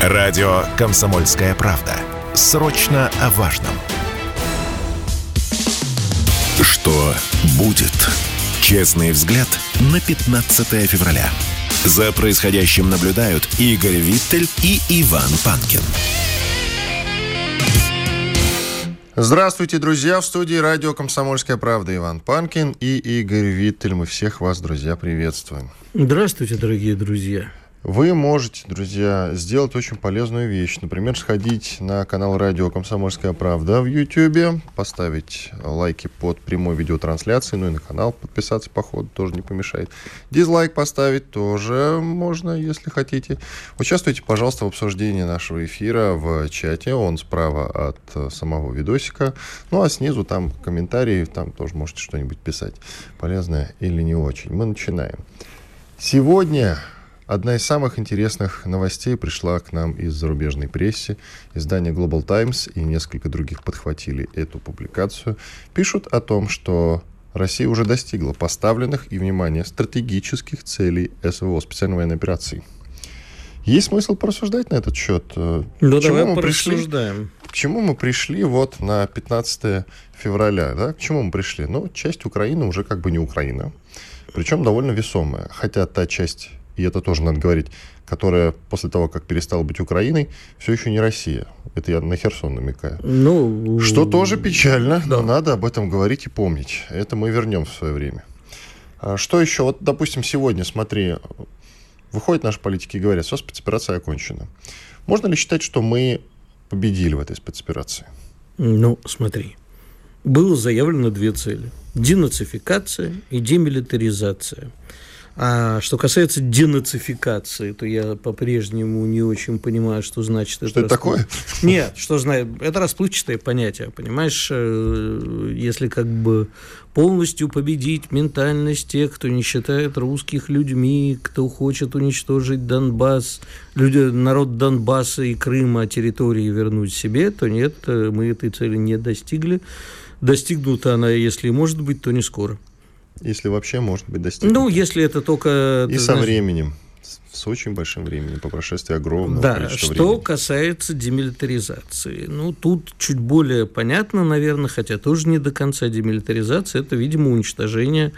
Радио «Комсомольская правда». Срочно о важном. Что будет? Честный взгляд на 15 февраля. За происходящим наблюдают Игорь Виттель и Иван Панкин. Здравствуйте, друзья! В студии радио «Комсомольская правда» Иван Панкин и Игорь Виттель. Мы всех вас, друзья, приветствуем. Здравствуйте, дорогие друзья! Вы можете, друзья, сделать очень полезную вещь. Например, сходить на канал радио «Комсомольская правда» в YouTube, поставить лайки под прямой видеотрансляцией, ну и на канал подписаться по ходу тоже не помешает. Дизлайк поставить тоже можно, если хотите. Участвуйте, пожалуйста, в обсуждении нашего эфира в чате. Он справа от самого видосика. Ну, а снизу там комментарии, там тоже можете что-нибудь писать, полезное или не очень. Мы начинаем. Сегодня одна из самых интересных новостей пришла к нам из зарубежной прессы. Издание Global Times и несколько других подхватили эту публикацию. Пишут о том, что Россия уже достигла поставленных и, внимание, стратегических целей СВО, специальной военной операции. Есть смысл порассуждать на этот счет? Ну, давай порассуждаем. К чему мы пришли вот на 15 февраля? Да? К чему мы пришли? Ну, часть Украины уже как бы не Украина. Причем довольно весомая. Хотя та часть, и это тоже надо говорить, которая после того, как перестала быть Украиной, все еще не Россия. Это я на Херсон намекаю. Ну, что тоже печально, да. Но надо об этом говорить и помнить. Это мы вернем в свое время. Что еще? Вот, допустим, сегодня, смотри, выходят наши политики и говорят, все, спецоперация окончена. Можно ли считать, что мы победили в этой спецоперации? Ну, смотри. Было заявлено две цели. Денацификация и демилитаризация. А что касается денацификации, то я по-прежнему не очень понимаю, что значит это. Что это такое? Нет, что знает. Это расплывчатое понятие, понимаешь? Если как бы полностью победить ментальность тех, кто не считает русских людьми, кто хочет уничтожить Донбасс, народ Донбасса и Крыма, территории вернуть себе, то нет, мы этой цели не достигли. Достигнута она, если может быть, то не скоро. Если вообще может быть достигнуто. Ну, если это только... И со временем, с очень большим временем, по прошествии огромного количества времени. Что касается демилитаризации. Ну, тут чуть более понятно, наверное, хотя тоже не до конца демилитаризация. Это, видимо, уничтожение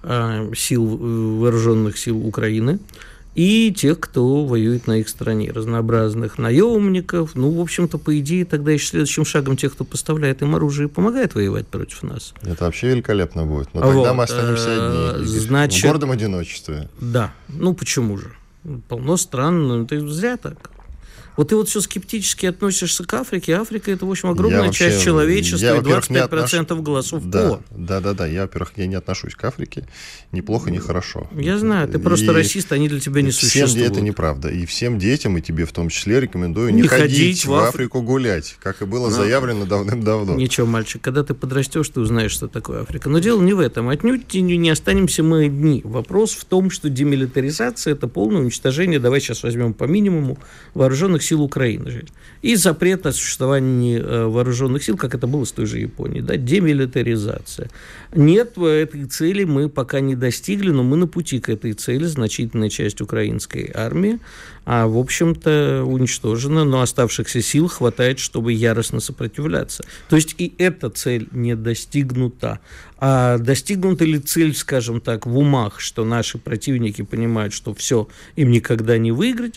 вооруженных сил Украины и тех, кто воюет на их стороне, разнообразных наемников. Ну, в общем-то, по идее, тогда еще следующим шагом тех, кто поставляет им оружие и помогает воевать против нас. Это вообще великолепно будет. Но тогда мы останемся одни, значит, в гордом одиночестве. Да. Ну, почему же? Полно стран, но это зря так. Вот ты вот все скептически относишься к Африке. Африка – это, в общем, огромная часть человечества, и 25% голосов. Да. Я, во-первых, я не отношусь к Африке. Ни плохо, ни хорошо. Я знаю, ты просто расист, они для тебя не существуют. Всем это неправда. И всем детям, и тебе в том числе, рекомендую не ходить в Африку гулять, как и было заявлено давным-давно. Ничего, мальчик, когда ты подрастешь, ты узнаешь, что такое Африка. Но дело не в этом. Отнюдь не останемся мы одни. Вопрос в том, что демилитаризация – это полное уничтожение, давай сейчас возьмем по минимуму, вооруженных сил Украины. И запрет на существование вооруженных сил, как это было с той же Японией. Да? Демилитаризация. Нет, этой цели мы пока не достигли, но мы на пути к этой цели. Значительная часть украинской армии, в общем-то, уничтожена, но оставшихся сил хватает, чтобы яростно сопротивляться. То есть и эта цель не достигнута. А достигнута ли цель, скажем так, в умах, что наши противники понимают, что все, им никогда не выиграть?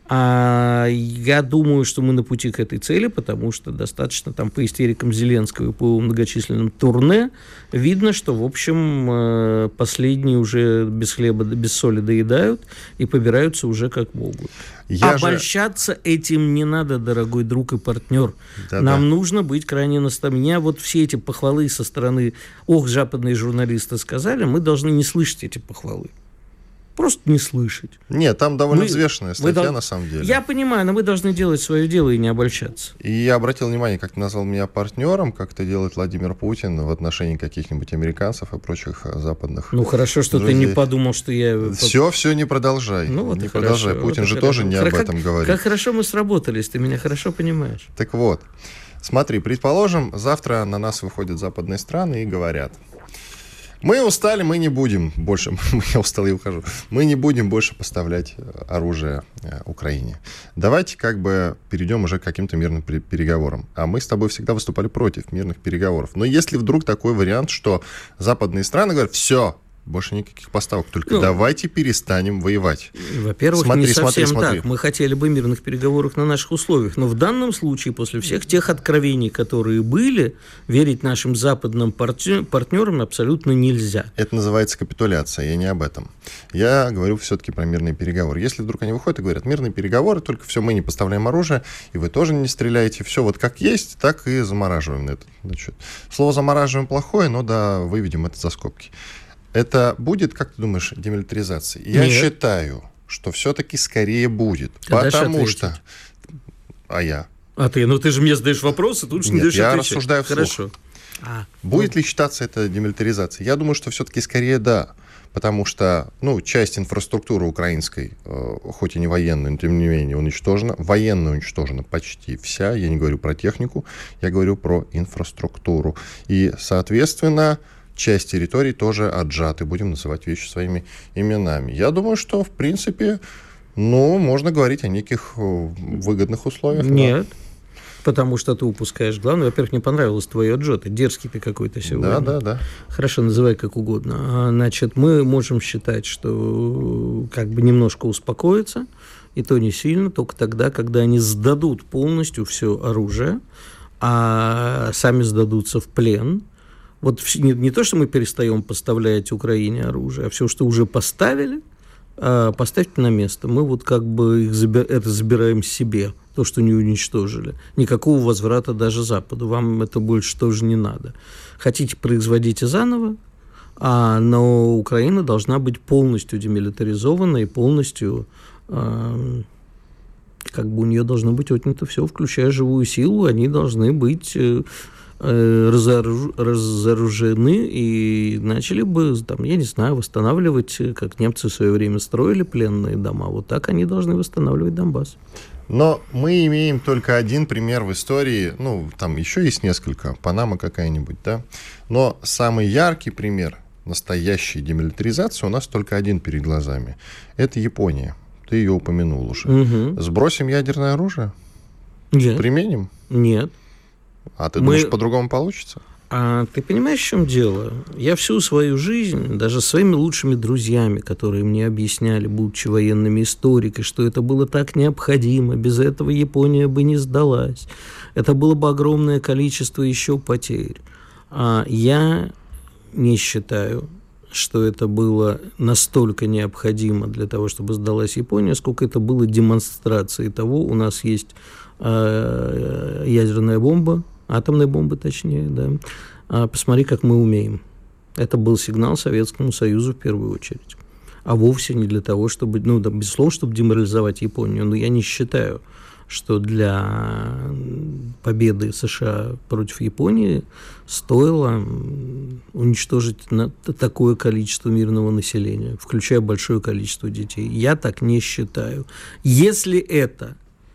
Я думаю, что мы на пути к этой цели, потому что достаточно там по истерикам Зеленского и по многочисленным турне видно, что, в общем, последние уже без хлеба, без соли доедают и побираются уже как могут. Обольщаться этим не надо, дорогой друг и партнер. Нам нужно быть крайне наставленными. Меня вот все эти похвалы со стороны западные журналисты сказали, мы должны не слышать эти похвалы. Просто не слышать. Нет, там довольно взвешенная статья, на самом деле. Я понимаю, но мы должны делать свое дело и не обольщаться. И я обратил внимание, как ты назвал меня партнером, как это делает Владимир Путин в отношении каких-нибудь американцев и прочих западных. Ну, хорошо, что друзей. Ты не подумал, что я... Все, не продолжай. Не продолжай. Путин же тоже не об этом говорит. Как хорошо мы сработались, ты меня хорошо понимаешь. Так вот, смотри, предположим, завтра на нас выходят западные страны и говорят: Мы устали, мы не будем больше, я устал и ухожу, мы не будем больше поставлять оружие Украине. Давайте перейдем уже к каким-то мирным переговорам. А мы с тобой всегда выступали против мирных переговоров. Но если вдруг такой вариант, что западные страны говорят, все, больше никаких поставок, только давайте перестанем воевать. Во-первых, не совсем так. Мы хотели бы мирных переговоров на наших условиях, но в данном случае, после всех тех откровений, которые были, верить нашим западным партнерам абсолютно нельзя. Это называется капитуляция, я не об этом. Я говорю все-таки про мирные переговоры. Если вдруг они выходят и говорят, мирные переговоры, только все, мы не поставляем оружие, и вы тоже не стреляете, все вот как есть, так и замораживаем на этот счет. Слово «замораживаем» плохое, но да, выведем это за скобки. Это будет, как ты думаешь, демилитаризация? Я считаю, что все-таки скорее будет. Потому что... А я? Ты же мне задаешь вопросы, тут же не даешь отвечать. Я рассуждаю вслух. Хорошо. Будет ли считаться это демилитаризацией? Я думаю, что все-таки скорее да. Потому что, часть инфраструктуры украинской, хоть и не военная, но тем не менее уничтожена. Военная уничтожена почти вся. Я не говорю про технику, я говорю про инфраструктуру. И, соответственно... часть территорий тоже отжаты, будем называть вещи своими именами. Я думаю, что, в принципе, можно говорить о неких выгодных условиях. Нет, потому что ты упускаешь главное. Во-первых, мне понравилось твое отжаты. Дерзкий ты какой-то сегодня. Да. Хорошо, называй как угодно. Значит, мы можем считать, что немножко успокоиться, и то не сильно, только тогда, когда они сдадут полностью все оружие, а сами сдадутся в плен. Вот не то, что мы перестаем поставлять Украине оружие, а все, что уже поставили, поставьте на место. Мы это забираем себе, то, что не уничтожили. Никакого возврата даже Западу. Вам это больше тоже не надо. Хотите, производите заново, но Украина должна быть полностью демилитаризована и полностью... у нее должно быть отнято все, включая живую силу. Они должны быть... разоружены и начали бы, восстанавливать, как немцы в свое время строили пленные дома. Вот так они должны восстанавливать Донбасс. Но мы имеем только один пример в истории, там еще есть несколько, Панама какая-нибудь, да? Но самый яркий пример настоящей демилитаризации у нас только один перед глазами. Это Япония. Ты ее упомянул уже. Угу. Сбросим ядерное оружие? Нет. Применим? Нет. А ты думаешь, по-другому получится? Ты понимаешь, в чем дело? Я всю свою жизнь, даже своими лучшими друзьями, которые мне объясняли, будучи военными историками, что это было так необходимо, без этого Япония бы не сдалась. Это было бы огромное количество еще потерь. Я не считаю, что это было настолько необходимо для того, чтобы сдалась Япония, сколько это было демонстрацией того, у нас есть ядерная бомба, атомная бомба, точнее, да. Посмотри, как мы умеем. Это был сигнал Советскому Союзу в первую очередь. А вовсе не для того, чтобы, безусловно, чтобы деморализовать Японию. Но я не считаю, что для победы США против Японии стоило уничтожить такое количество мирного населения, включая большое количество детей. Я так не считаю. Если это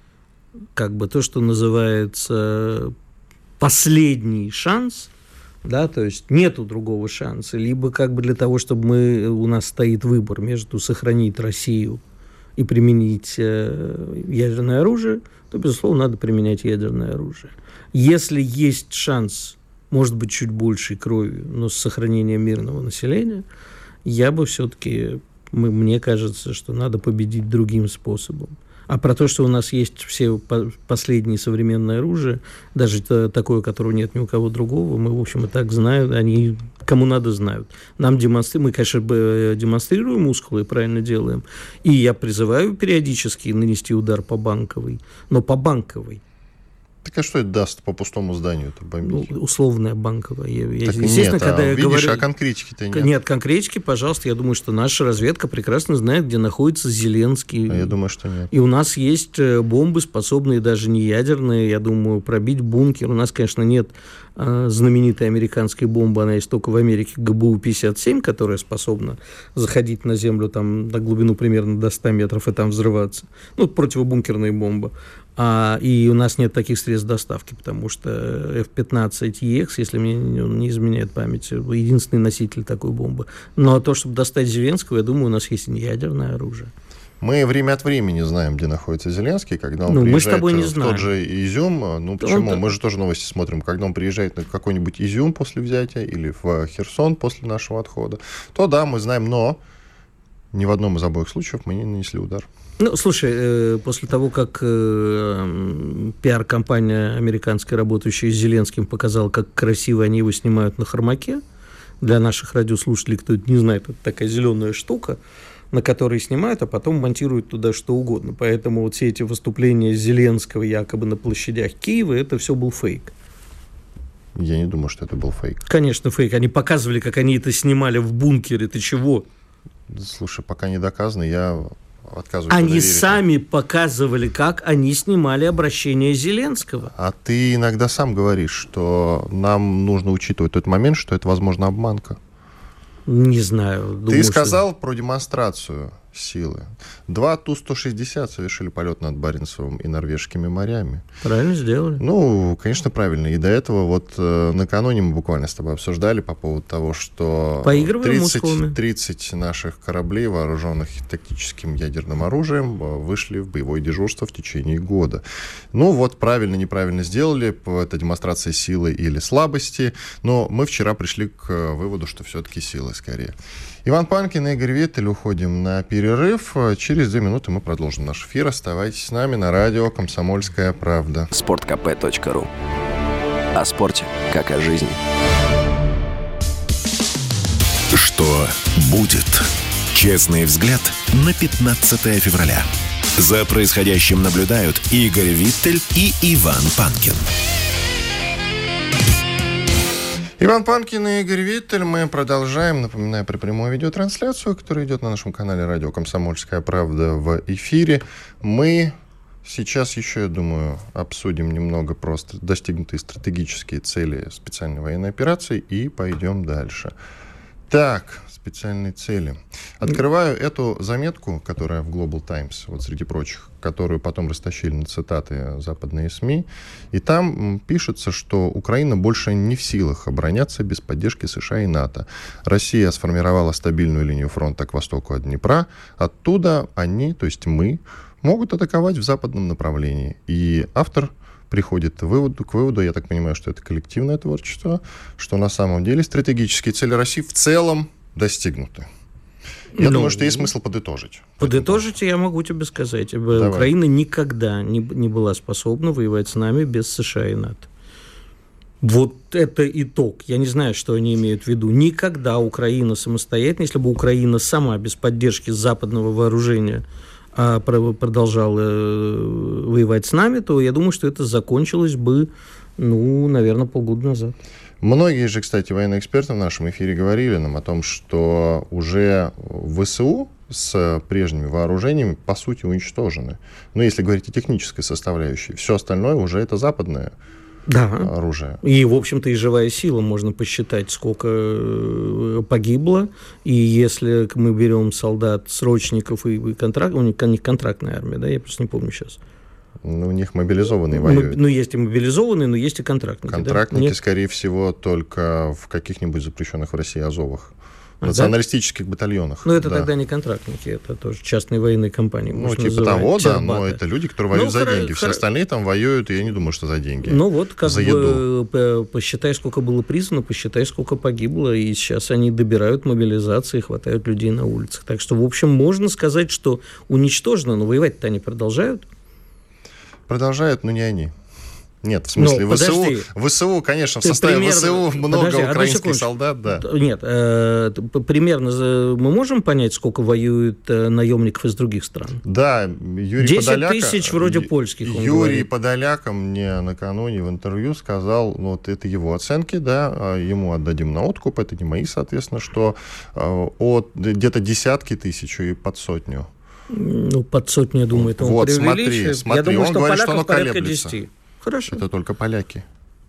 то, что называется последний шанс, да, то есть нету другого шанса, либо для того, чтобы у нас стоит выбор между сохранить Россию и применить ядерное оружие, то, безусловно, надо применять ядерное оружие. Если есть шанс, может быть, чуть большей кровью, но с сохранением мирного населения, я бы все-таки, мне кажется, что надо победить другим способом. А про то, что у нас есть все последнее современное оружие, даже такое, которого нет ни у кого другого, мы, в общем, и так знаем, они кому надо знают. Мы, конечно, демонстрируем мускулы и правильно делаем. И я призываю периодически нанести удар по Банковой, но по Банковой. Так а что это даст по пустому зданию это бомбить? Условная Банковая. Естественно, когда я говорю... А конкретики-то нет? Нет, конкретики, пожалуйста. Я думаю, что наша разведка прекрасно знает, где находится Зеленский. А я думаю, что нет. И у нас есть бомбы, способные даже не ядерные, я думаю, пробить бункер. У нас, конечно, нет знаменитой американской бомбы, она есть только в Америке, ГБУ-57, которая способна заходить на землю на глубину примерно до 100 метров и там взрываться. Противобункерная бомба. И у нас нет таких средств доставки, потому что F-15EX, если мне не изменяет память, единственный носитель такой бомбы. Но то, чтобы достать Зеленского, я думаю, у нас есть ядерное оружие. Мы время от времени знаем, где находится Зеленский, когда он приезжает в тот же Изюм. Почему? Мы же тоже новости смотрим. Когда он приезжает на какой-нибудь Изюм после взятия или в Херсон после нашего отхода, то да, мы знаем, но ни в одном из обоих случаев мы не нанесли удар. Слушай, после того, как пиар-компания американская, работающая с Зеленским, показала, как красиво они его снимают на хромаке, для наших радиослушателей, кто не знает, это такая зеленая штука, на которой снимают, а потом монтируют туда что угодно. Поэтому вот все эти выступления Зеленского якобы на площадях Киева, это все был фейк. Я не думаю, что это был фейк. Конечно, фейк. Они показывали, как они это снимали в бункере. Ты чего? Слушай, пока не доказано, я отказываюсь. Они сами показывали, как они снимали обращение Зеленского. А ты иногда сам говоришь, что нам нужно учитывать тот момент, что это, возможно, обманка. Не знаю. Ты сказал про демонстрацию силы. 2 Ту-160 совершили полет над Баренцевым и Норвежскими морями. Правильно сделали. Конечно, правильно. И до этого накануне мы буквально с тобой обсуждали по поводу того, что 30 наших кораблей, вооруженных тактическим ядерным оружием, вышли в боевое дежурство в течение года. Правильно, неправильно сделали. Это демонстрация силы или слабости. Но мы вчера пришли к выводу, что все-таки силы скорее. Иван Панкин и Игорь Виттель. Уходим на перерыв. Через 2 минуты мы продолжим наш эфир. Оставайтесь с нами на радио «Комсомольская правда». sportkp.ru. О спорте, как о жизни. Что будет? Честный взгляд на 15 февраля. За происходящим наблюдают Игорь Виттель и Иван Панкин. Иван Панкин и Игорь Виттель. Мы продолжаем. Напоминаю про прямую видеотрансляцию, которая идет на нашем канале радио «Комсомольская правда» в эфире. Мы сейчас еще, я думаю, обсудим немного просто достигнутые стратегические цели специальной военной операции и пойдем дальше. Так, специальные цели. Открываю эту заметку, которая в Global Times, среди прочих, которую потом растащили на цитаты западные СМИ. И там пишется, что Украина больше не в силах обороняться без поддержки США и НАТО. Россия сформировала стабильную линию фронта к востоку от Днепра. Оттуда они, то есть мы, могут атаковать в западном направлении. И автор приходит к выводу, я так понимаю, что это коллективное творчество, что на самом деле стратегические цели России в целом достигнуты. Я думаю, что есть смысл подытожить. Подытожить я могу тебе сказать. Давай. Украина никогда не была способна воевать с нами без США и НАТО. Вот это итог. Я не знаю, что они имеют в виду. Никогда Украина самостоятельно, если бы Украина сама без поддержки западного вооружения продолжала воевать с нами, то я думаю, что это закончилось бы, наверное, полгода назад. Многие же, кстати, военные эксперты в нашем эфире говорили нам о том, что уже ВСУ с прежними вооружениями, по сути, уничтожены. Если говорить о технической составляющей, все остальное уже это западное оружие. И, в общем-то, и живая сила. Можно посчитать, сколько погибло. И если мы берем солдат, срочников и контрактов, у них контрактная армия, да, я просто не помню сейчас. У них мобилизованные воюют. Есть и мобилизованные, но есть и контрактники. Контрактники, скорее всего, только в каких-нибудь запрещенных в России Азовах. Националистических батальонах. Это тогда не контрактники, это тоже частные военные компании. Того, да, но это люди, которые воюют за деньги. Все остальные там воюют, и я не думаю, что за деньги. За еду. Посчитай, сколько было призвано, посчитай, сколько погибло, и сейчас они добирают мобилизации, хватают людей на улицах. Так что, в общем, можно сказать, что уничтожено, но воевать-то они продолжают. Продолжают, но не они. Нет, в смысле, ВСУ, конечно, в составе ВСУ много украинских солдат, да. Нет, примерно мы можем понять, сколько воюют наемников из других стран? Да, Юрий 10 Подоляк... 10 тысяч вроде польских. Юрий Подоляк мне накануне в интервью сказал, это его оценки, да, ему отдадим на откуп, это не мои, соответственно, что от где-то десятки тысяч и под сотню. Под сотню, я думаю, это он преувеличивает. Смотри, я думаю, он что говорит, что оно порядка колеблется. 10. Хорошо. Это только поляки.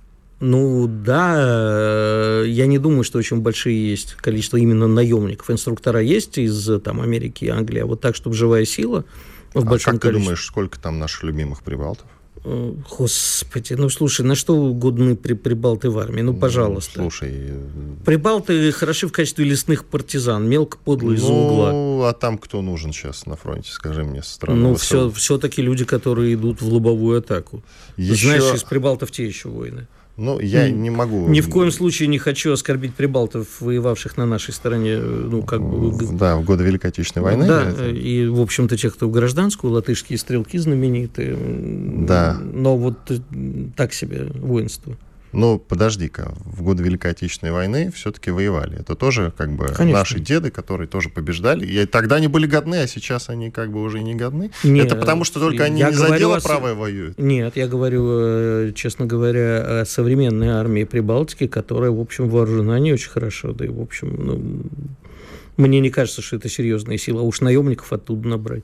Да, я не думаю, что очень большие есть количество именно наемников. Инструктора есть из Америки и Англии, а вот так, чтобы живая сила, в большом как количестве. ты думаешь, сколько там наших любимых прибалтов? Господи, ну слушай, на что годны прибалты в армии? Ну, пожалуйста. Слушай... Прибалты хороши в качестве лесных партизан, мелко подлые из-за угла. Ну, а там кто нужен сейчас на фронте, скажи мне, со стороны Ну, ВСУ? все-таки люди, которые идут в лобовую атаку. Знаешь, из прибалтов те еще войны. Ну, я не могу... Ни в коем случае не хочу оскорбить прибалтов, воевавших на нашей стороне, ну, как бы... Да, в годы Великой Отечественной войны. Да, и, в общем-то, те, кто в гражданскую, латышские стрелки знаменитые. Да. Но вот так себе воинство. Ну, подожди-ка, в годы Великой Отечественной войны все-таки воевали. Это тоже как бы Конечно. Наши деды, которые тоже побеждали. И тогда они были годны, а сейчас они как бы уже не годны. Нет, это потому, что только они не за дело правое воюют. Нет, я говорю, честно говоря, о современной армии Прибалтики, которая, в общем, вооружена не очень хорошо. Да и, в общем, ну, мне не кажется, что это серьезная сила. А уж наемников оттуда набрать.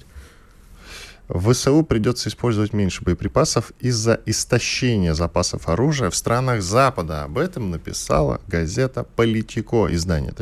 В ВСУ придется использовать меньше боеприпасов из-за истощения запасов оружия в странах Запада. Об этом написала газета «Политико», издание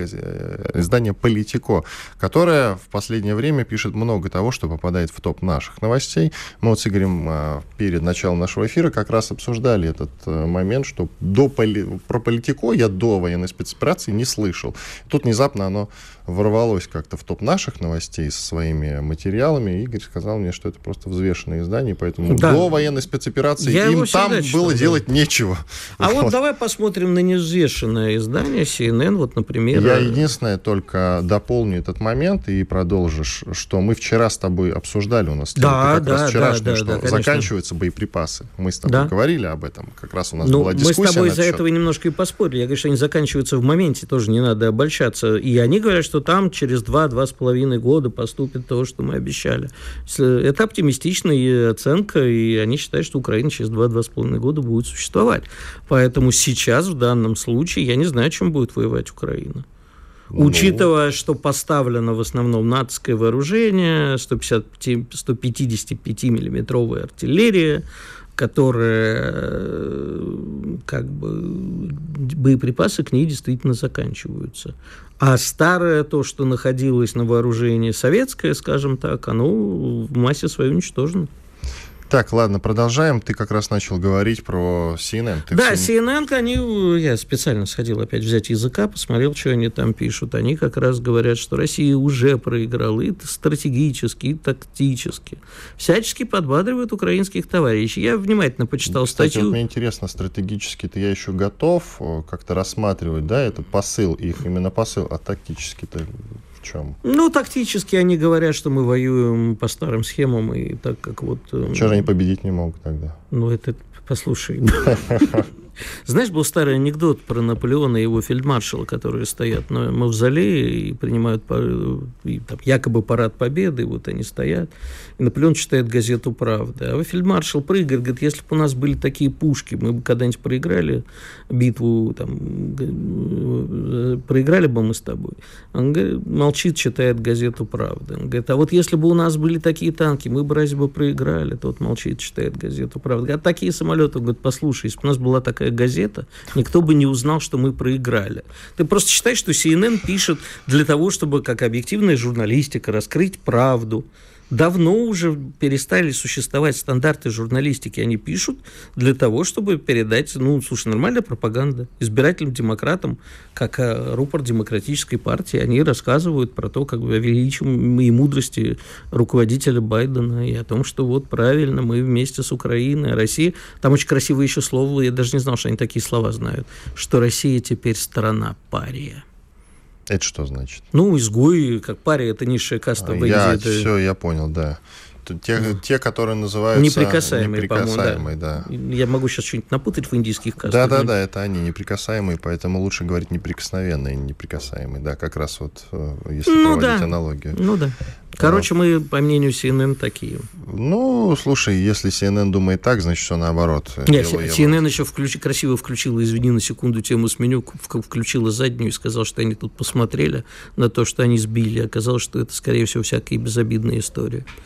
«Политико», которое в последнее время пишет много того, что попадает в топ наших новостей. Мы вот с Игорем перед началом нашего эфира как раз обсуждали этот момент, что про «Политико» я до военной спецоперации не слышал. Тут внезапно оно ворвалось как-то в топ наших новостей со своими материалами. Игорь сказал мне, что это просто взвешенное издание, поэтому до военной спецоперации им там было делать нечего. А вот давай посмотрим на невзвешенное издание CNN, вот, например. Я единственное только дополню этот момент и продолжишь, что мы вчера с тобой обсуждали у нас что заканчиваются боеприпасы. Мы с тобой говорили об этом, как раз у нас была дискуссия. Мы с тобой из-за этого немножко и поспорили. Я говорю, что они заканчиваются в моменте, тоже не надо обольщаться. И они говорят, что там через 2-2,5 года поступит то, что мы обещали. Это оптимистичная оценка, и они считают, что Украина через 2-2,5 года будет существовать. Поэтому сейчас, в данном случае, я не знаю, чем будет воевать Украина. Учитывая, что поставлено в основном натовское вооружение, 155-миллиметровая артиллерия, которая, как бы, боеприпасы к ней действительно заканчиваются. А старое, то, что находилось на вооружении советское, скажем так, оно в массе своей уничтожено. Так, ладно, продолжаем. Ты как раз начал говорить про CNN. CNN, я специально сходил опять взять языка, посмотрел, что они там пишут. Они как раз говорят, что Россия уже проиграла и стратегически, и тактически. Всячески подбадривают украинских товарищей. Я внимательно почитал статью. Вот мне интересно, стратегически-то я еще готов как-то рассматривать, да, это посыл их, именно посыл, а тактически-то... Чем? Ну, тактически они говорят, что мы воюем по старым схемам, и так как вот... Чего же они победить не могут тогда? Ну, это... Послушай... Знаешь, был старый анекдот про Наполеона и его фельдмаршала, которые стоят на мавзолее и принимают якобы парад победы, и вот они стоят, и Наполеон читает газету «Правда». А фельдмаршал прыгает, говорит, если бы у нас были такие пушки, мы бы когда-нибудь проиграли битву, проиграли бы мы с тобой. Он говорит, молчит, читает газету «Правда». Он говорит, а вот если бы у нас были такие танки, мы бы разве бы проиграли? Тот молчит, читает газету «Правда». А такие самолеты, он говорит, послушай, если бы у нас была такая газета, никто бы не узнал, что мы проиграли. Ты просто считаешь, что CNN пишет для того, чтобы, как объективная журналистика, раскрыть правду. Давно уже перестали существовать стандарты журналистики. Они пишут для того, чтобы передать, нормальная пропаганда. Избирателям, демократам, как рупор демократической партии, они рассказывают про то, как бы о величии и мудрости руководителя Байдена и о том, что вот правильно, мы вместе с Украиной, а Россия... Там очень красивое еще слово, я даже не знал, что они такие слова знают, что Россия теперь страна-пария. Это что значит? Изгои, как пария, это низшая каста в Индии. Я понял, да. Те, которые называются неприкасаемые, да. Я могу сейчас что-нибудь напутать в индийских кастах. Да, это они неприкасаемые, поэтому лучше говорить неприкосновенные, неприкасаемые, да, как раз вот, если проводить аналогию. Короче, мы, по мнению CNN, такие. Слушай, если CNN думает так, значит, все наоборот. Нет, CNN еще красиво включила, извини, на секунду тему сменю, включила заднюю и сказала, что они тут посмотрели на то, что они сбили. Оказалось, что это, скорее всего, всякая безобидная история.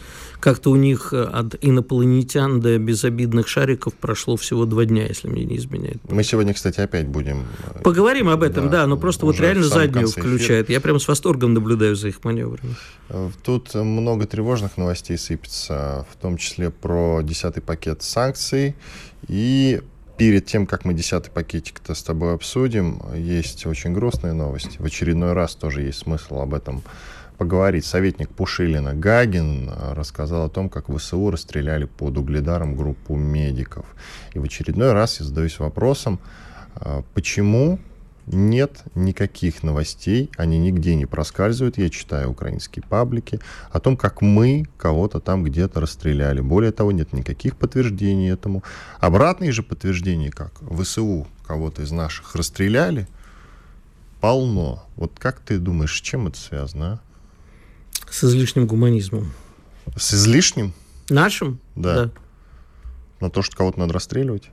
Как-то у них от инопланетян до безобидных шариков прошло всего 2 дня, если мне не изменяет. Мы сегодня, кстати, опять будем... Поговорим об этом, да, но просто вот реально заднюю включает. Эфира. Я прям с восторгом наблюдаю за их маневрами. Тут много тревожных новостей сыпется, в том числе про 10-й пакет санкций. И перед тем, как мы 10-й пакетик-то с тобой обсудим, есть очень грустные новости. В очередной раз тоже есть смысл об этом поговорить. Советник Пушилина Гагин рассказал о том, как ВСУ расстреляли под Угледаром группу медиков. И в очередной раз я задаюсь вопросом, почему нет никаких новостей, они нигде не проскальзывают, я читаю украинские паблики, о том, как мы кого-то там где-то расстреляли. Более того, нет никаких подтверждений этому. Обратные же подтверждения, как ВСУ кого-то из наших расстреляли, полно. Вот как ты думаешь, с чем это связано, а? С излишним гуманизмом. С излишним? Нашим? Да. На то, что кого-то надо расстреливать?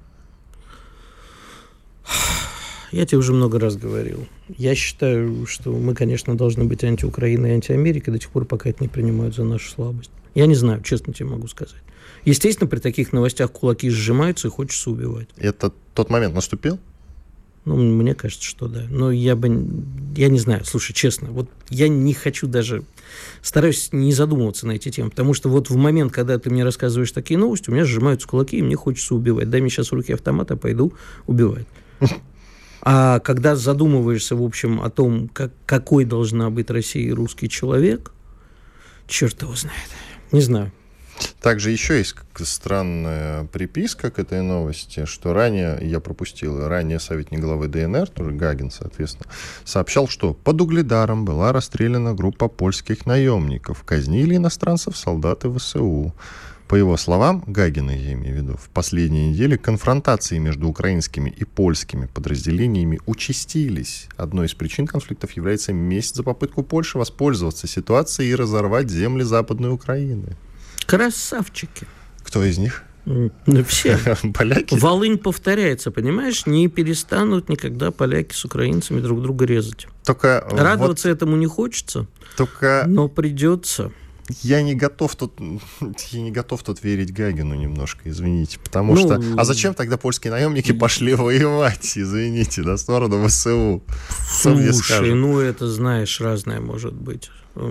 Я тебе уже много раз говорил. Я считаю, что мы, конечно, должны быть анти-Украиной и анти-Америкой до тех пор, пока это не принимают за нашу слабость. Я не знаю, честно тебе могу сказать. Естественно, при таких новостях кулаки сжимаются и хочется убивать. Это тот момент наступил? Ну, мне кажется, что да. Но я не знаю, слушай, честно, вот я не хочу даже, стараюсь не задумываться на эти темы, потому что вот в момент, когда ты мне рассказываешь такие новости, у меня сжимаются кулаки, и мне хочется убивать. Дай мне сейчас в руки автомат, а пойду убивать. А когда задумываешься, в общем, о том, какой должна быть Россия и русский человек, черт его знает. Не знаю. Также еще есть странная приписка к этой новости, что ранее, я пропустил, ранее советник главы ДНР, тоже Гагин, соответственно, сообщал, что под Угледаром была расстреляна группа польских наемников, казнили иностранцев солдаты ВСУ. По его словам, Гагина, я имею в виду, в последние недели конфронтации между украинскими и польскими подразделениями участились. Одной из причин конфликтов является месть за попытку Польши воспользоваться ситуацией и разорвать земли Западной Украины. Красавчики. Кто из них? Ну, все. Поляки? Волынь повторяется, понимаешь? Не перестанут никогда поляки с украинцами друг друга резать. Только радоваться этому не хочется, но придется. Я не готов тут верить Гагину немножко, извините. Потому что... А зачем тогда польские наемники пошли воевать, извините, на сторону ВСУ? Слушай, это, знаешь, разное может быть.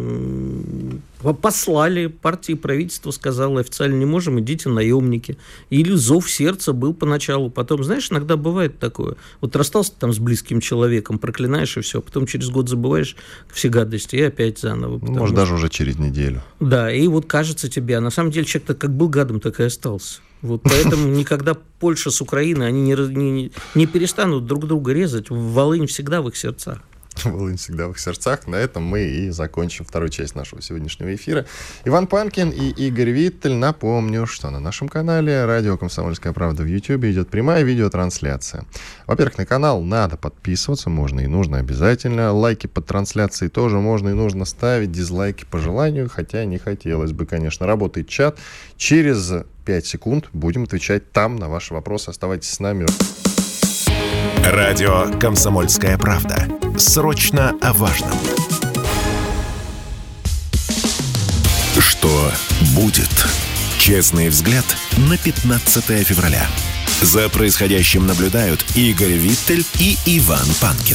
Послали, партии, правительство сказало официально: не можем, идите, наемники. Или зов сердца был поначалу. Потом, знаешь, иногда бывает такое. Вот расстался там с близким человеком, проклинаешь и все. Потом через год забываешь все гадости и опять заново. Может, даже уже через неделю. Да, и вот кажется тебе, а на самом деле человек-то как был гадом, так и остался. Вот поэтому никогда Польша с Украиной, они не перестанут друг друга резать. Волынь всегда в их сердцах. Волынь всегда в их сердцах. На этом мы и закончим вторую часть нашего сегодняшнего эфира. Иван Панкин и Игорь Виттель. Напомню, что на нашем канале «Радио Комсомольская правда» в YouTube идет прямая видеотрансляция. Во-первых, на канал надо подписываться, можно и нужно обязательно. Лайки под трансляцией тоже можно и нужно ставить. Дизлайки по желанию, хотя не хотелось бы, конечно. Работает чат. Через 5 секунд будем отвечать там на ваши вопросы. Оставайтесь с нами. Радио «Комсомольская правда». Срочно о важном. Что будет? Честный взгляд на 15 февраля. За происходящим наблюдают Игорь Виттель и Иван Панкин.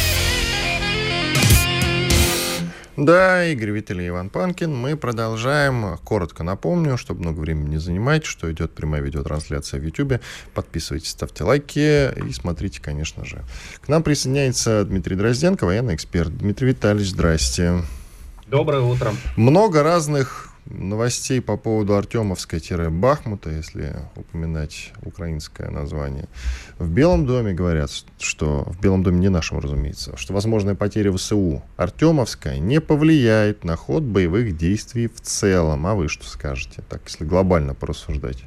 Да, Игорь Виттель и Иван Панкин. Мы продолжаем. Коротко напомню, чтобы много времени не занимать, что идет прямая видеотрансляция в YouTube. Подписывайтесь, ставьте лайки и смотрите, конечно же. К нам присоединяется Дмитрий Дрозденко, военный эксперт. Дмитрий Витальевич, здрасте. Доброе утро. Много разных новостей по поводу Артемовска-Бахмута, если упоминать украинское название. В Белом доме говорят, что... В Белом доме не нашем, разумеется, что возможная потеря ВСУ Артемовска не повлияет на ход боевых действий в целом. А вы что скажете, так, если глобально порассуждать?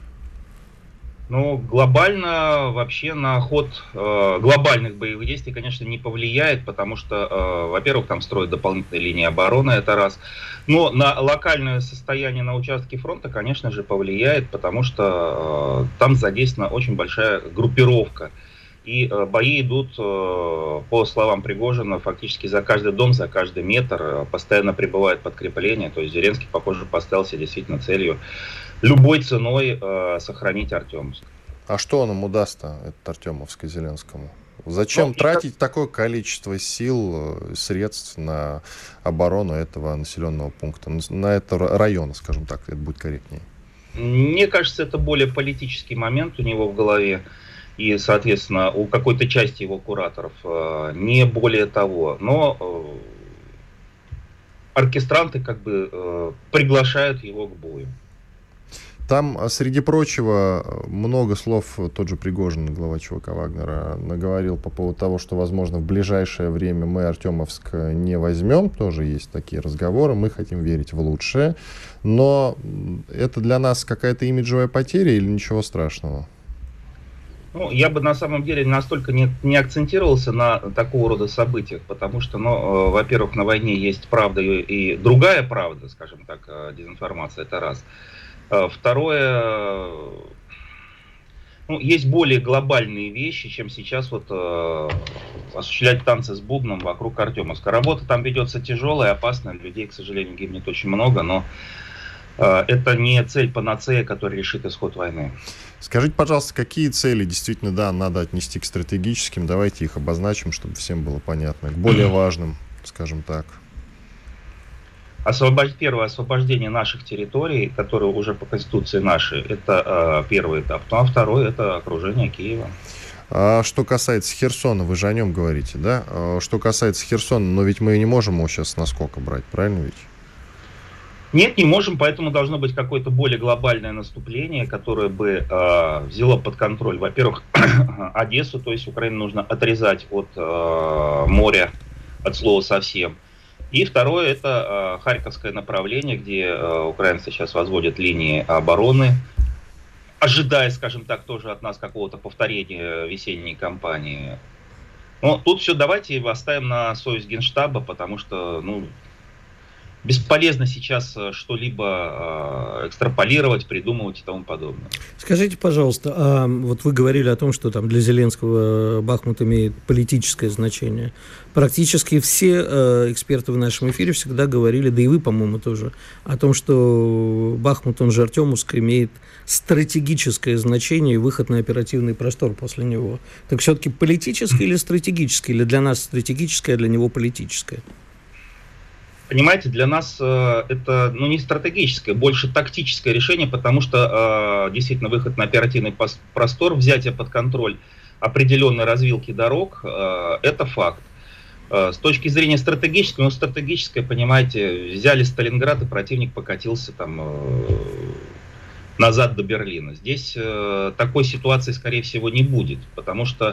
Ну, глобально вообще на ход глобальных боевых действий, конечно, не повлияет, потому что, во-первых, там строят дополнительные линии обороны, это раз. Но на локальное состояние на участке фронта, конечно же, повлияет, потому что там задействована очень большая группировка. И бои идут, по словам Пригожина, фактически за каждый дом, за каждый метр. Постоянно прибывает подкрепление. То есть Зеленский, похоже, поставил себе действительно целью любой ценой сохранить Артемовск. А что он ему даст-то, этот Артемовск и Зеленскому? Зачем тратить такое количество сил, средств на оборону этого населенного пункта, на этого района, скажем так, это будет корректнее? Мне кажется, это более политический момент у него в голове. И, соответственно, у какой-то части его кураторов, не более того. Но оркестранты как бы приглашают его к бою. Там, среди прочего, много слов тот же Пригожин, глава ЧВК Вагнера, наговорил по поводу того, что, возможно, в ближайшее время мы Артемовск не возьмем. Тоже есть такие разговоры. Мы хотим верить в лучшее. Но это для нас какая-то имиджевая потеря или ничего страшного? Ну, я бы на самом деле настолько не акцентировался на такого рода событиях, потому что, во-первых, на войне есть правда и другая правда, скажем так, дезинформация, это раз. Второе, есть более глобальные вещи, чем сейчас осуществлять танцы с бубном вокруг Артемовска. Работа там ведется тяжелая, опасная, людей, к сожалению, гибнет очень много, но это не цель панацея, которая решит исход войны. Скажите, пожалуйста, какие цели действительно, надо отнести к стратегическим? Давайте их обозначим, чтобы всем было понятно. К более важным, скажем так. Первое, освобождение наших территорий, которые уже по Конституции наши, это первый этап. Ну а второй, это окружение Киева. А что касается Херсона, вы же о нем говорите, да? Что касается Херсона, но ведь мы не можем его сейчас наскока брать, правильно ведь? Нет, не можем, поэтому должно быть какое-то более глобальное наступление, которое бы взяло под контроль, во-первых, Одессу, то есть Украину нужно отрезать от моря, от слова совсем. И второе, это Харьковское направление, где украинцы сейчас возводят линии обороны, ожидая, скажем так, тоже от нас какого-то повторения весенней кампании. Но тут все давайте оставим на совесть Генштаба, потому что, бесполезно сейчас что-либо экстраполировать, придумывать и тому подобное. Скажите, пожалуйста, вот вы говорили о том, что там для Зеленского Бахмут имеет политическое значение. Практически все эксперты в нашем эфире всегда говорили, да и вы, по-моему, тоже, о том, что Бахмут, он же Артемовск, имеет стратегическое значение и выход на оперативный простор после него. Так все-таки политическое или стратегическое? Или для нас стратегическое, а для него политическое? Понимаете, для нас это не стратегическое, больше тактическое решение, потому что действительно выход на оперативный простор, взятие под контроль определенной развилки дорог, это факт. С точки зрения стратегической, стратегическое, понимаете, взяли Сталинград, и противник покатился там назад до Берлина. Здесь такой ситуации, скорее всего, не будет, потому что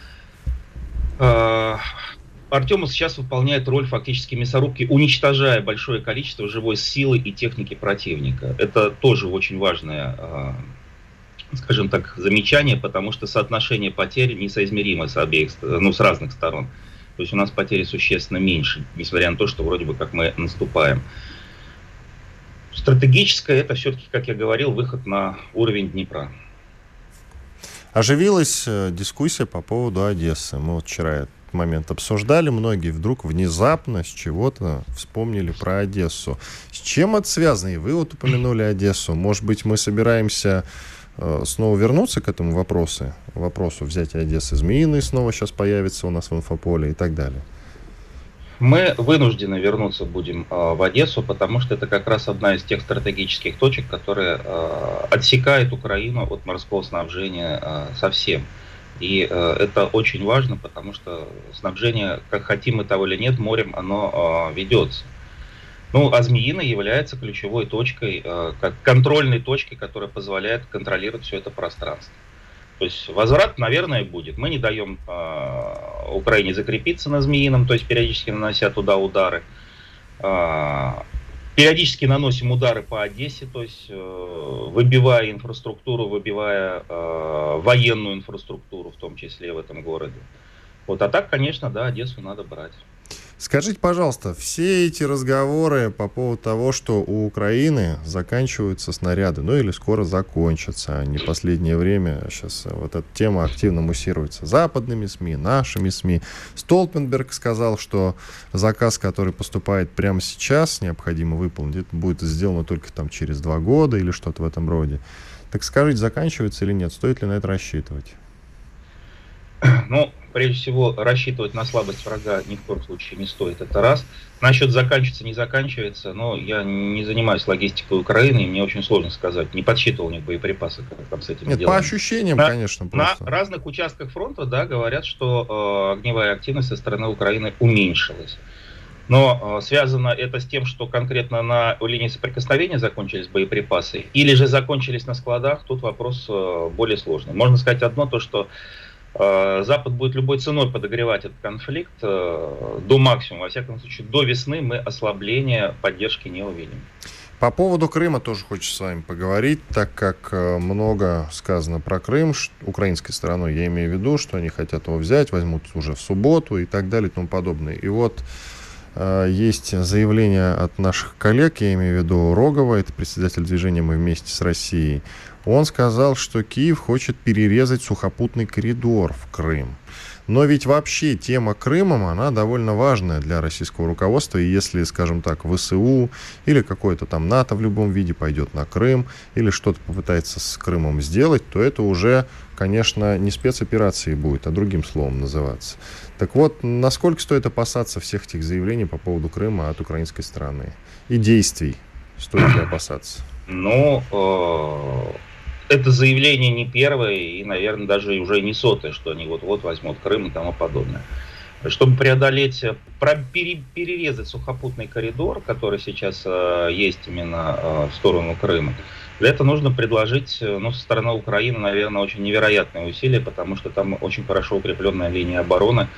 Артемовск сейчас выполняет роль фактически мясорубки, уничтожая большое количество живой силы и техники противника. Это тоже очень важное, скажем так, замечание, потому что соотношение потерь несоизмеримо с разных сторон. То есть у нас потери существенно меньше, несмотря на то, что вроде бы как мы наступаем. Стратегическое — это все-таки, как я говорил, выход на уровень Днепра. Оживилась дискуссия по поводу Одессы. Мы вчера этот момент обсуждали. Многие вдруг внезапно с чего-то вспомнили про Одессу. С чем это связано? И вы упомянули Одессу. Может быть, мы собираемся снова вернуться к этому вопросу взятия Одессы. Змеиный снова сейчас появится у нас в инфополе и так далее. Мы вынуждены вернуться будем в Одессу, потому что это как раз одна из тех стратегических точек, которая отсекает Украину от морского снабжения совсем. И это очень важно, потому что снабжение, как хотим мы того или нет, морем оно ведется. А Змеиный является ключевой точкой, как контрольной точкой, которая позволяет контролировать все это пространство. То есть возврат, наверное, будет. Мы не даем Украине закрепиться на Змеином, то есть периодически нанося туда удары. Периодически наносим удары по Одессе, то есть выбивая инфраструктуру, выбивая военную инфраструктуру, в том числе в этом городе. А так, конечно, да, Одессу надо брать. Скажите, пожалуйста, все эти разговоры по поводу того, что у Украины заканчиваются снаряды, ну или скоро закончатся, не последнее время сейчас вот эта тема активно муссируется западными СМИ, нашими СМИ. Столтенберг сказал, что заказ, который поступает прямо сейчас, необходимо выполнить, это будет сделано только там через 2 года или что-то в этом роде. Так скажите, заканчивается или нет? Стоит ли на это рассчитывать? Ну, прежде всего, рассчитывать на слабость врага ни в коем случае не стоит, это раз. Насчет заканчивается, не заканчивается, но я не занимаюсь логистикой Украины, и мне очень сложно сказать. Не подсчитывал у них боеприпасы, как там с этим Нет, делом. по ощущениям, конечно, просто. На разных участках фронта, да, говорят, что огневая активность со стороны Украины уменьшилась. Но связано это с тем, что конкретно на линии соприкосновения закончились боеприпасы, или же закончились на складах, тут вопрос более сложный. Можно сказать одно, то что Запад будет любой ценой подогревать этот конфликт до максимума. Во всяком случае, до весны мы ослабления поддержки не увидим. По поводу Крыма тоже хочется с вами поговорить, так как много сказано про Крым, украинской стороной, я имею в виду, что они хотят его взять, возьмут уже в субботу и так далее и тому подобное. И вот есть заявление от наших коллег, я имею в виду Рогова, это председатель движения «Мы вместе с Россией». Он сказал, что Киев хочет перерезать сухопутный коридор в Крым. Но ведь вообще тема Крымом, она довольно важная для российского руководства. И если, скажем так, ВСУ или какое-то там НАТО в любом виде пойдет на Крым, или что-то попытается с Крымом сделать, то это уже, конечно, не спецоперацией будет, а другим словом называться. Так вот, насколько стоит опасаться всех этих заявлений по поводу Крыма от украинской стороны? И действий стоит ли опасаться? Ну, это заявление не первое и, наверное, даже уже не 100-е, что они вот-вот возьмут Крым и тому подобное. Чтобы преодолеть, перерезать сухопутный коридор, который сейчас есть именно в сторону Крыма, для этого нужно предложить, со стороны Украины, наверное, очень невероятные усилия, потому что там очень хорошо укрепленная линия обороны,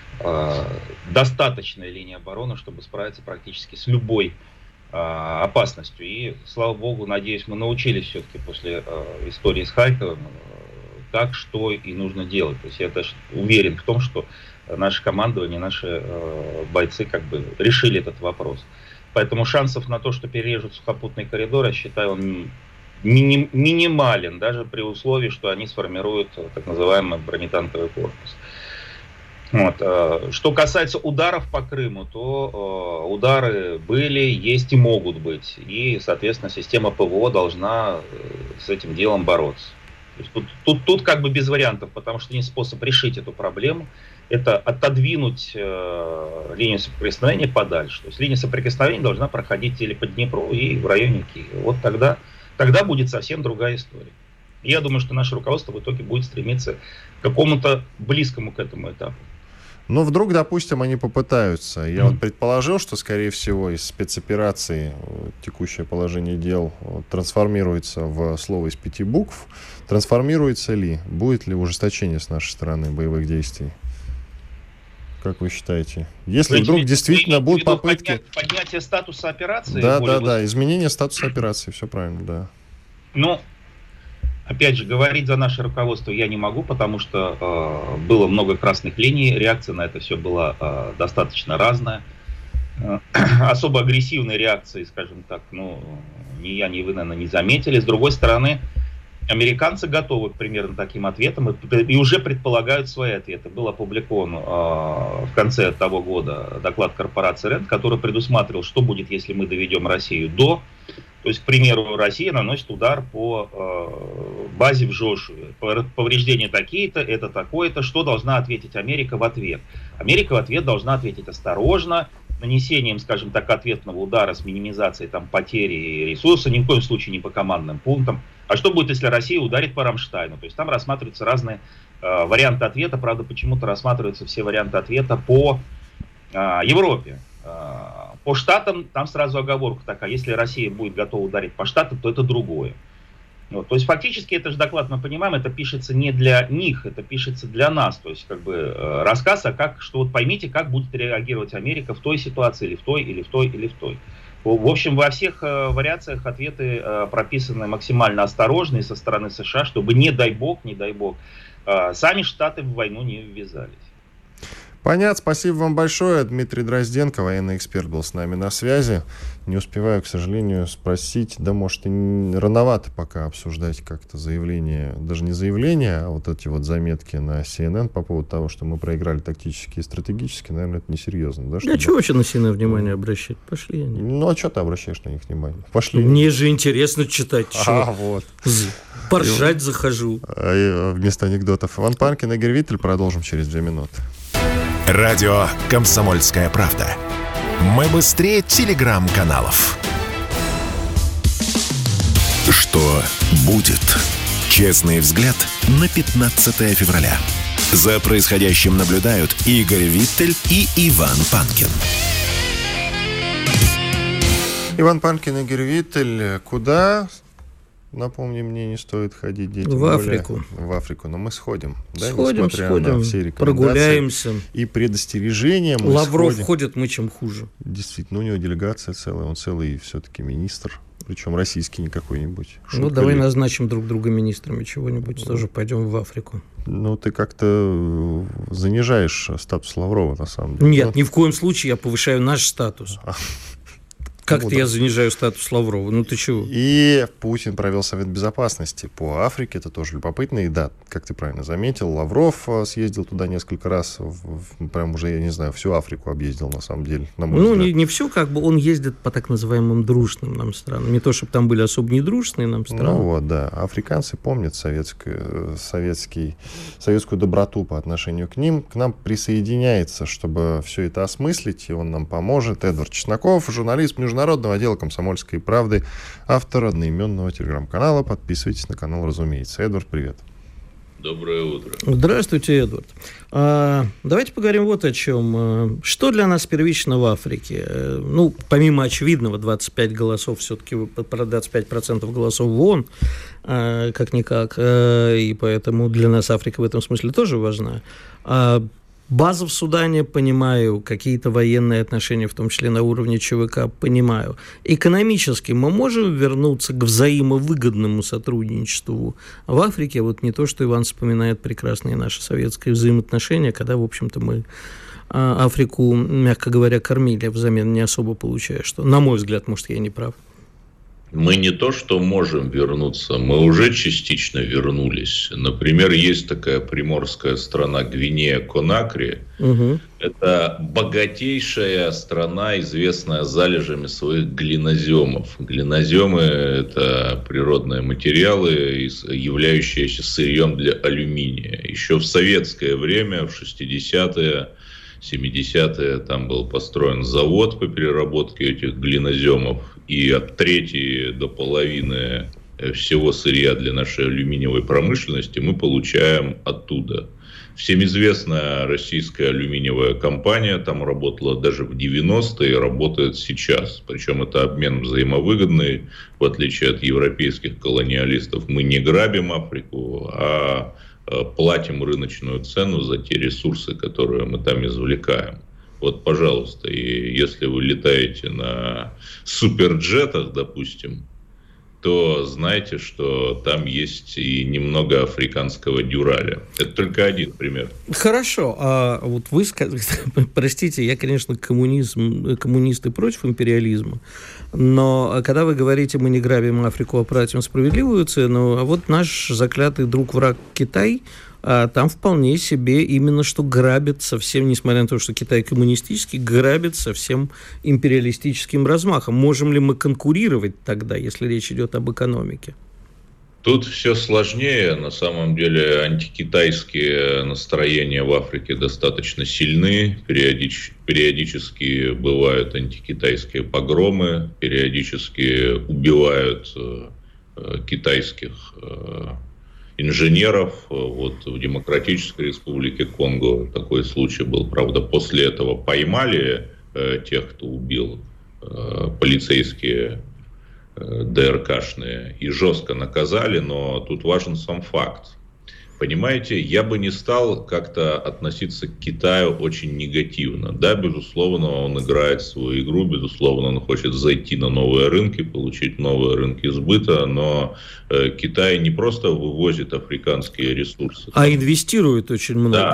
достаточная линия обороны, чтобы справиться практически с любой опасностью. И, слава богу, надеюсь, мы научились все-таки после истории с Харьковом, как, что и нужно делать. То есть я даже уверен в том, что наше командование, наши бойцы как бы решили этот вопрос. Поэтому шансов на то, что перережут сухопутный коридор, я считаю, он минимален, даже при условии, что они сформируют так называемый бронетанковый корпус. Вот. Что касается ударов по Крыму, то удары были, есть и могут быть. И, соответственно, система ПВО должна с этим делом бороться. То есть тут как бы без вариантов, потому что есть способ решить эту проблему. Это отодвинуть линию соприкосновения подальше. То есть линия соприкосновения должна проходить или по Днепру, и в районе Киева. Вот тогда будет совсем другая история. И я думаю, что наше руководство в итоге будет стремиться к какому-то близкому к этому этапу. Но вдруг, допустим, они попытаются. Я вот предположил, что, скорее всего, из спецоперации текущее положение дел трансформируется в слово из 5 букв. Трансформируется ли? Будет ли ужесточение с нашей стороны боевых действий? Как вы считаете? Если вдруг действительно будут попытки... Поднятие статуса операции? Да, изменение статуса операции, все правильно, да. Ну, опять же, говорить за наше руководство я не могу, потому что было много красных линий, реакция на это все была достаточно разная. Особо агрессивной реакции, скажем так, ни я, ни вы, наверное, не заметили. С другой стороны, американцы готовы к примерно таким ответам и уже предполагают свои ответы. Был опубликован в конце того года доклад корпорации РЕН, который предусматривал, что будет, если мы доведем Россию до. То есть, к примеру, Россия наносит удар по базе в Жошуе. Повреждения такие-то, это такое-то. Что должна ответить Америка в ответ? Америка в ответ должна ответить осторожно, нанесением, скажем так, ответного удара с минимизацией там, потери и ресурса, ни в коем случае не по командным пунктам. А что будет, если Россия ударит по Рамштайну? То есть там рассматриваются разные варианты ответа. Правда, почему-то рассматриваются все варианты ответа по Европе. По Штатам там сразу оговорка такая: если Россия будет готова ударить по Штатам, то это другое. Вот. То есть фактически это же доклад, мы понимаем, это пишется не для них, это пишется для нас. То есть как бы рассказ, что вот поймите, как будет реагировать Америка в той ситуации, или в той, или в той, или в той. В общем, во всех вариациях ответы прописаны максимально осторожные со стороны США, чтобы, не дай бог, сами Штаты в войну не ввязались. Понятно, спасибо вам большое. Дмитрий Дрозденко, военный эксперт, был с нами на связи. Не успеваю, к сожалению, спросить, да, может, и рановато пока обсуждать как-то заявление, даже не заявление, а вот эти вот заметки на CNN по поводу того, что мы проиграли тактически и стратегически, наверное, это несерьезно. Да, чтобы... чего вообще на CNN внимание обращать? Пошли они. Ну, а что ты обращаешь на них внимание? Пошли. Мне же интересно читать. Вот. Поржать захожу. Вместо анекдотов Иван Панкин, Игорь Виттель. Продолжим через 2 минуты. Радио «Комсомольская правда». Мы быстрее телеграм-каналов. Что будет? Честный взгляд на 15 февраля. За происходящим наблюдают Игорь Виттель и Иван Панкин. Иван Панкин, Игорь Виттель. Куда? Напомни мне, не стоит ходить детям. В Африку. В Африку, но мы сходим. Да, сходим, на все рекомендации прогуляемся. И предостережения. Лавров ходит, мы чем хуже. Действительно, у него делегация целая, он целый все-таки министр, причем российский не какой-нибудь. Ну, давай назначим друг друга министрами чего-нибудь, тоже пойдем в Африку. Ну, ты как-то занижаешь статус Лаврова, на самом деле. Нет, ни в коем случае я повышаю наш статус. Как-то я занижаю статус Лаврова. Ну ты чего? И Путин провел Совет Безопасности по Африке. Это тоже любопытно. И да, как ты правильно заметил, Лавров съездил туда несколько раз. Прям уже, я не знаю, всю Африку объездил, на самом деле. На мой взгляд. Не всю, как бы он ездит по так называемым дружным нам странам. Не то, чтобы там были особо недружные нам страны. Ну вот, да. Африканцы помнят советскую доброту по отношению к ним. К нам присоединяется, чтобы все это осмыслить, и он нам поможет. Эдвард Чесноков, журналист Международного отдела «Комсомольской правды», автор одноименного телеграм-канала. Подписывайтесь на канал, разумеется. Эдвард, привет. Доброе утро. Здравствуйте, Эдвард. Давайте поговорим вот о чем. Что для нас первично в Африке? Ну, помимо очевидного, 25 голосов, все-таки про 25% голосов в ООН, как-никак, и поэтому для нас Африка в этом смысле тоже важна. База в Судане, понимаю, какие-то военные отношения, в том числе на уровне ЧВК, понимаю. Экономически мы можем вернуться к взаимовыгодному сотрудничеству в Африке? Вот не то, что Иван вспоминает прекрасные наши советские взаимоотношения, когда, в общем-то, мы Африку, мягко говоря, кормили, взамен не особо получая, что, на мой взгляд, может, я не прав. Мы не то, что можем вернуться, мы уже частично вернулись. Например, есть такая приморская страна Гвинея-Конакри. Угу. Это богатейшая страна, известная залежами своих глиноземов. Глиноземы – это природные материалы, являющиеся сырьем для алюминия. Еще в советское время, в 60-е, 70-е, там был построен завод по переработке этих глиноземов. И от трети до половины всего сырья для нашей алюминиевой промышленности мы получаем оттуда. Всем известная российская алюминиевая компания там работала даже в 90-е и работает сейчас. Причем это обмен взаимовыгодный. В отличие от европейских колониалистов, мы не грабим Африку, а платим рыночную цену за те ресурсы, которые мы там извлекаем. Вот, пожалуйста, и если вы летаете на суперджетах, допустим, то знайте, что там есть и немного африканского дюраля. Это только один пример. Хорошо. А вот вы сказали, простите, я, конечно, коммунист и против империализма, но когда вы говорите, мы не грабим Африку, а платим справедливую цену, а вот наш заклятый друг-враг Китай, там вполне себе именно что грабит совсем, несмотря на то, что Китай коммунистический, грабит совсем империалистическим размахом. Можем ли мы конкурировать тогда, если речь идет об экономике? Тут все сложнее. На самом деле антикитайские настроения в Африке достаточно сильны. Периодически бывают антикитайские погромы, периодически убивают китайских инженеров. Вот в Демократической Республике Конго такой случай был. Правда, после этого поймали тех, кто убил, полицейские ДРКшные, и жестко наказали, но тут важен сам факт. Понимаете, я бы не стал как-то относиться к Китаю очень негативно. Да, безусловно, он играет свою игру, безусловно, он хочет зайти на новые рынки, получить новые рынки сбыта, но Китай не просто вывозит африканские ресурсы. А инвестирует очень много.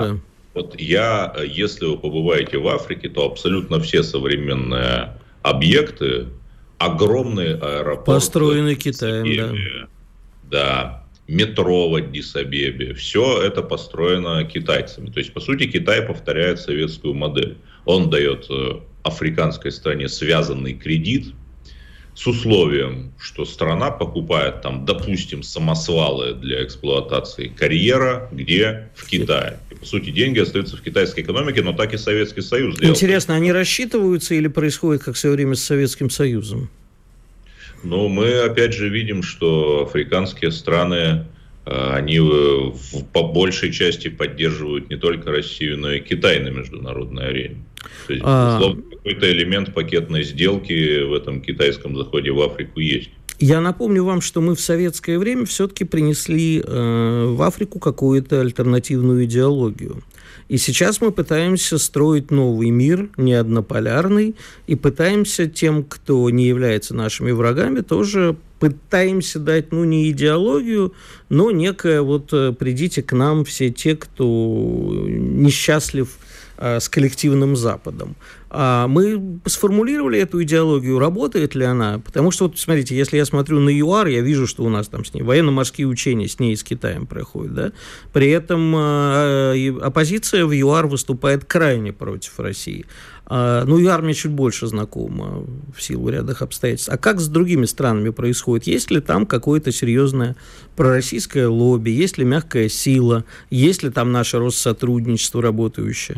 Вот если вы побываете в Африке, то абсолютно все современные объекты, огромные аэропорты, построены Китаем, да, метро в Аддис-Абебе, все это построено китайцами. То есть, по сути, Китай повторяет советскую модель. Он дает африканской стране связанный кредит с условием, что страна покупает там, допустим, самосвалы для эксплуатации карьера, где в Китае. И, по сути, деньги остаются в китайской экономике, но так и Советский Союз делал. Интересно, они рассчитываются или происходит, как в свое время с Советским Союзом? Ну, мы опять же видим, что африканские страны, они по большей части поддерживают не только Россию, но и Китай на международной арене. То есть, безусловно, какой-то элемент пакетной сделки в этом китайском заходе в Африку есть. Я напомню вам, что мы в советское время все-таки принесли в Африку какую-то альтернативную идеологию. И сейчас мы пытаемся строить новый мир, не однополярный, и пытаемся тем, кто не является нашими врагами, тоже пытаемся дать, не идеологию, но некое придите к нам все те, кто несчастлив с коллективным Западом. Мы сформулировали эту идеологию, работает ли она? Потому что, смотрите, если я смотрю на ЮАР, я вижу, что у нас там с ней военно-морские учения с ней и с Китаем проходят, да? При этом оппозиция в ЮАР выступает крайне против России. ЮАР мне чуть больше знакома в силу ряда обстоятельств. А как с другими странами происходит? Есть ли там какое-то серьезное пророссийское лобби? Есть ли мягкая сила? Есть ли там наше Россотрудничество работающее?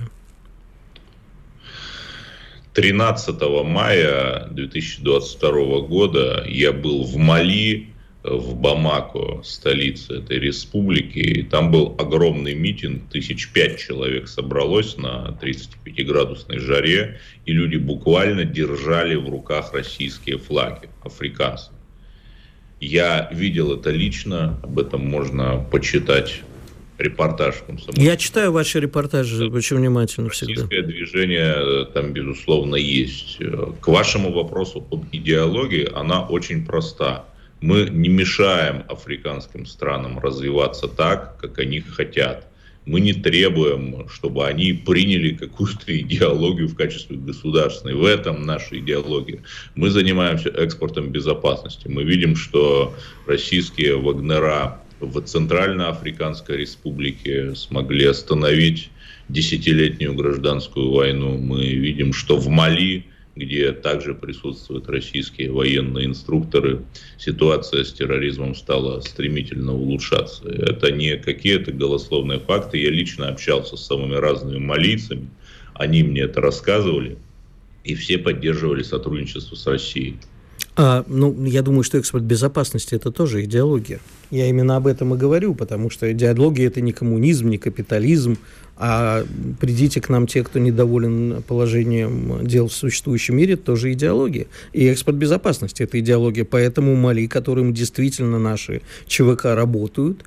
13 мая 2022 года я был в Мали, в Бамако, столице этой республики. И там был огромный митинг, 5,000 человек собралось на 35-градусной жаре, и люди буквально держали в руках российские флаги, африканцы. Я видел это лично, об этом можно почитать. Репортаж «Комсомольской». Я читаю ваши репортажи очень внимательно всегда. Российское движение там, безусловно, есть. К вашему вопросу об идеологии, она очень проста. Мы не мешаем африканским странам развиваться так, как они хотят. Мы не требуем, чтобы они приняли какую-то идеологию в качестве государственной. В этом наша идеология. Мы занимаемся экспортом безопасности. Мы видим, что российские вагнера в Центральноафриканской Республике смогли остановить десятилетнюю гражданскую войну. Мы видим, что в Мали, где также присутствуют российские военные инструкторы, ситуация с терроризмом стала стремительно улучшаться. Это не какие-то голословные факты. Я лично общался с самыми разными малийцами. Они мне это рассказывали. И все поддерживали сотрудничество с Россией. Я думаю, что экспорт безопасности – это тоже идеология. Я именно об этом и говорю, потому что идеология – это не коммунизм, не капитализм, а придите к нам те, кто недоволен положением дел в существующем мире, это тоже идеология. И экспорт безопасности – это идеология. Поэтому Мали, которым действительно наши ЧВК работают,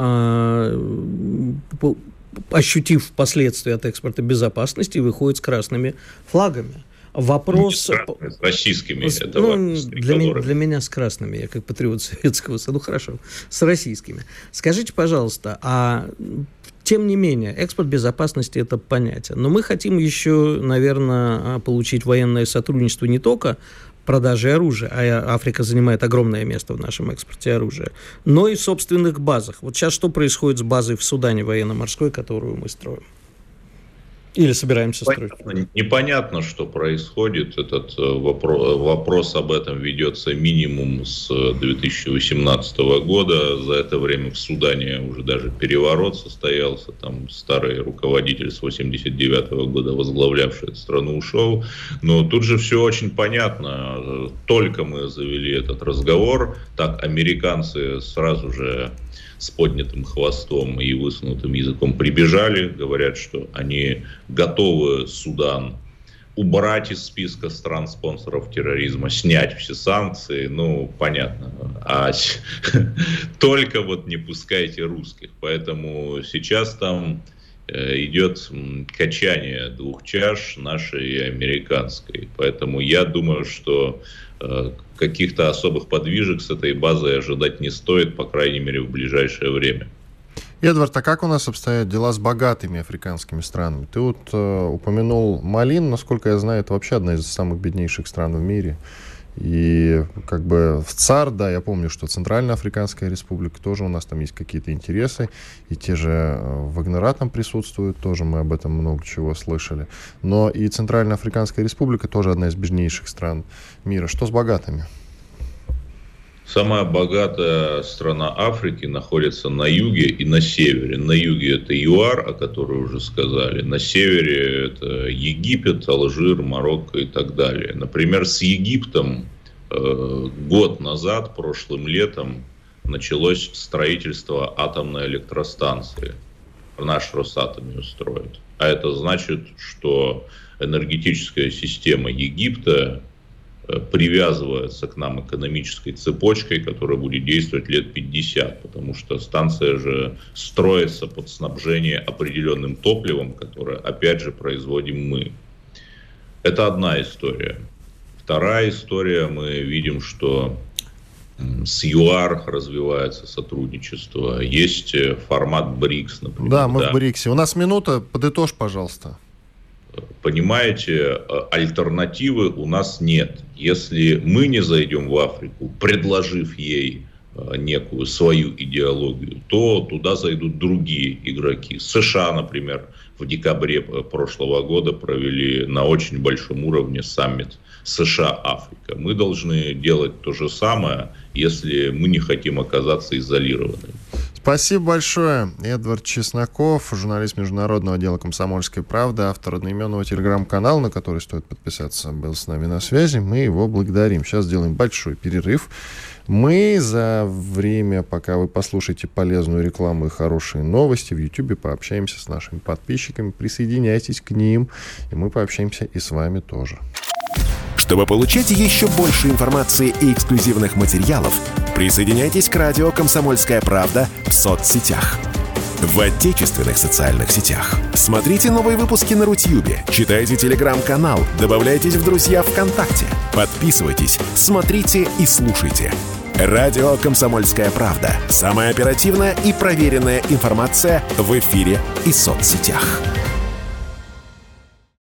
ощутив последствия от экспорта безопасности, выходят с красными флагами. Вопрос... С российскими. Для меня с красными, я как патриот Советского Союза. Хорошо, с российскими. Скажите, пожалуйста, тем не менее, экспорт безопасности – это понятие. Но мы хотим еще, наверное, получить военное сотрудничество не только продажи оружия, а Африка занимает огромное место в нашем экспорте оружия, но и в собственных базах. Вот сейчас что происходит с базой в Судане военно-морской, которую мы строим? Или собираемся строить? Непонятно, что происходит. Этот вопрос об этом ведется минимум с 2018 года. За это время в Судане уже даже переворот состоялся. Там старый руководитель с 1989 года, возглавлявший эту страну, ушел. Но тут же все очень понятно. Только мы завели этот разговор, так американцы сразу же с поднятым хвостом и высунутым языком прибежали, говорят, что они готовы Судан убрать из списка стран-спонсоров терроризма, снять все санкции, понятно, только не пускайте русских. Поэтому сейчас там идет качание двух чаш, нашей и американской. Поэтому я думаю, что каких-то особых подвижек с этой базой ожидать не стоит, по крайней мере, в ближайшее время. Эдвард, а как у нас обстоят дела с богатыми африканскими странами? Ты вот упомянул Мали, насколько я знаю, это вообще одна из самых беднейших стран в мире. И как бы в ЦАР, да, я помню, что Центральноафриканская республика, тоже у нас там есть какие-то интересы, и те же Вагнера там присутствуют, тоже мы об этом много чего слышали. Но и Центральноафриканская республика тоже одна из беднейших стран мира. Что с богатыми? Самая богатая страна Африки находится на юге и на севере. На юге это ЮАР, о которой уже сказали. На севере это Египет, Алжир, Марокко и так далее. Например, с Египтом год назад, прошлым летом, началось строительство атомной электростанции. Наш Росатом ее строит. А это значит, что энергетическая система Египта привязывается к нам экономической цепочкой, которая будет действовать лет 50, потому что станция же строится под снабжение определенным топливом, которое, опять же, производим мы. Это одна история. Вторая история, мы видим, что с ЮАР развивается сотрудничество. Есть формат БРИКС, например. Да, мы в БРИКСе. У нас минута, подытожь, пожалуйста. Понимаете, альтернативы у нас нет. Если мы не зайдем в Африку, предложив ей некую свою идеологию, то туда зайдут другие игроки. США, например, в декабре прошлого года провели на очень большом уровне саммит США-Африка. Мы должны делать то же самое, если мы не хотим оказаться изолированными. Спасибо большое. Эдвард Чесноков, журналист международного отдела «Комсомольской правды», автор одноименного телеграм-канала, на который стоит подписаться, был с нами на связи. Мы его благодарим. Сейчас сделаем большой перерыв. Мы за время, пока вы послушаете полезную рекламу и хорошие новости, в YouTube пообщаемся с нашими подписчиками. Присоединяйтесь к ним, и мы пообщаемся и с вами тоже. Чтобы получать еще больше информации и эксклюзивных материалов, присоединяйтесь к радио «Комсомольская правда» в соцсетях. В отечественных социальных сетях. Смотрите новые выпуски на Рутьюбе, читайте телеграм-канал, добавляйтесь в друзья ВКонтакте, подписывайтесь, смотрите и слушайте. Радио «Комсомольская правда». Самая оперативная и проверенная информация в эфире и соцсетях.